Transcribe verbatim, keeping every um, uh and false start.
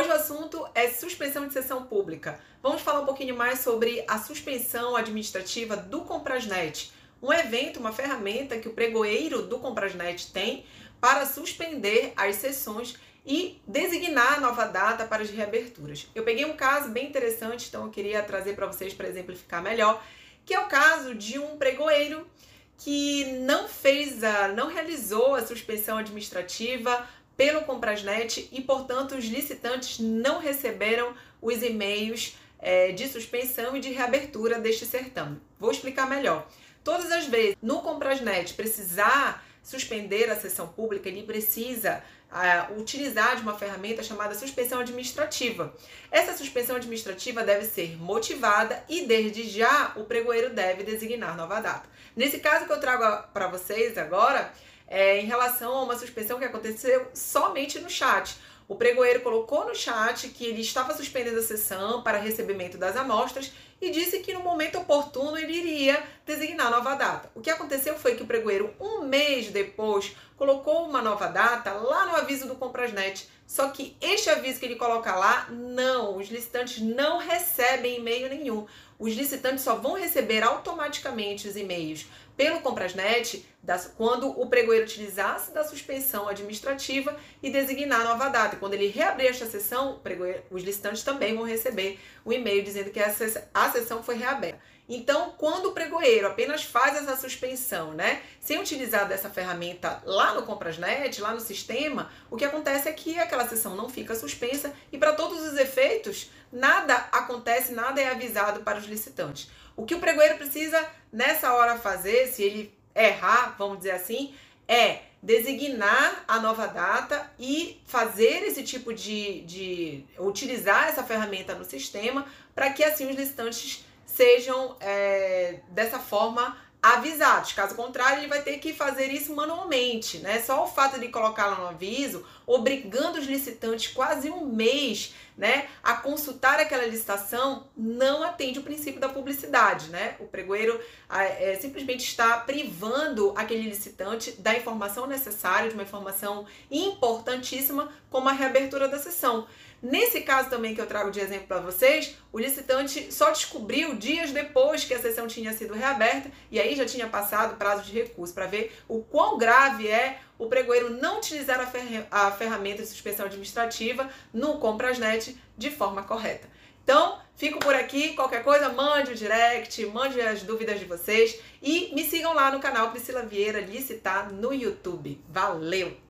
Hoje o assunto é suspensão de sessão pública. Vamos falar um pouquinho mais sobre a suspensão administrativa do Comprasnet, um evento, uma ferramenta que o pregoeiro do Comprasnet tem para suspender as sessões e designar nova data para as reaberturas. Eu peguei um caso bem interessante, então eu queria trazer para vocês para exemplificar melhor, que é o caso de um pregoeiro que não fez a, não realizou a suspensão administrativa pelo Comprasnet e, portanto, os licitantes não receberam os e-mails é, de suspensão e de reabertura deste certame. Vou explicar melhor. Todas as vezes no Comprasnet precisar suspender a sessão pública, ele precisa uh, utilizar de uma ferramenta chamada suspensão administrativa. Essa suspensão administrativa deve ser motivada e, desde já, o pregoeiro deve designar nova data. Nesse caso que eu trago para vocês agora, é em relação a uma suspensão que aconteceu somente no chat. O pregoeiro colocou no chat que ele estava suspendendo a sessão para recebimento das amostras e disse que no momento oportuno ele iria designar nova data. O que aconteceu foi que o pregoeiro, um mês depois, colocou uma nova data lá no aviso do Comprasnet. Só que este aviso que ele coloca lá, não, os licitantes não recebem e-mail nenhum. Os licitantes só vão receber automaticamente os e-mails pelo Comprasnet quando o pregoeiro utilizasse da suspensão administrativa e designar nova data. Quando ele reabrir esta sessão, os licitantes também vão receber o e-mail dizendo que a sessão foi reaberta. Então, quando o pregoeiro apenas faz essa suspensão, né, sem utilizar dessa ferramenta lá no Comprasnet, lá no sistema, o que acontece é que aquela sessão não fica suspensa e, para todos os efeitos, nada acontece, nada é avisado para os licitantes. O que o pregoeiro precisa nessa hora fazer, se ele errar, vamos dizer assim, é designar a nova data e fazer esse tipo de, de utilizar essa ferramenta no sistema para que assim os licitantes sejam é, dessa forma avisados. Caso contrário, ele vai ter que fazer isso manualmente, né? Só o fato de colocar lá no aviso, obrigando os licitantes quase um mês, né, a consultar aquela licitação, não atende o princípio da publicidade, né? O pregoeiro é, simplesmente está privando aquele licitante da informação necessária, de uma informação importantíssima, como a reabertura da sessão. Nesse caso também que eu trago de exemplo para vocês, o licitante só descobriu dias depois que a sessão tinha sido reaberta e aí já tinha passado o prazo de recurso, para ver o quão grave é o pregoeiro não utilizar a, fer a ferramenta de suspensão administrativa no Comprasnet de forma correta. Então, fico por aqui. Qualquer coisa, mande o direct, mande as dúvidas de vocês e me sigam lá no canal Priscila Vieira Licitar no YouTube. Valeu!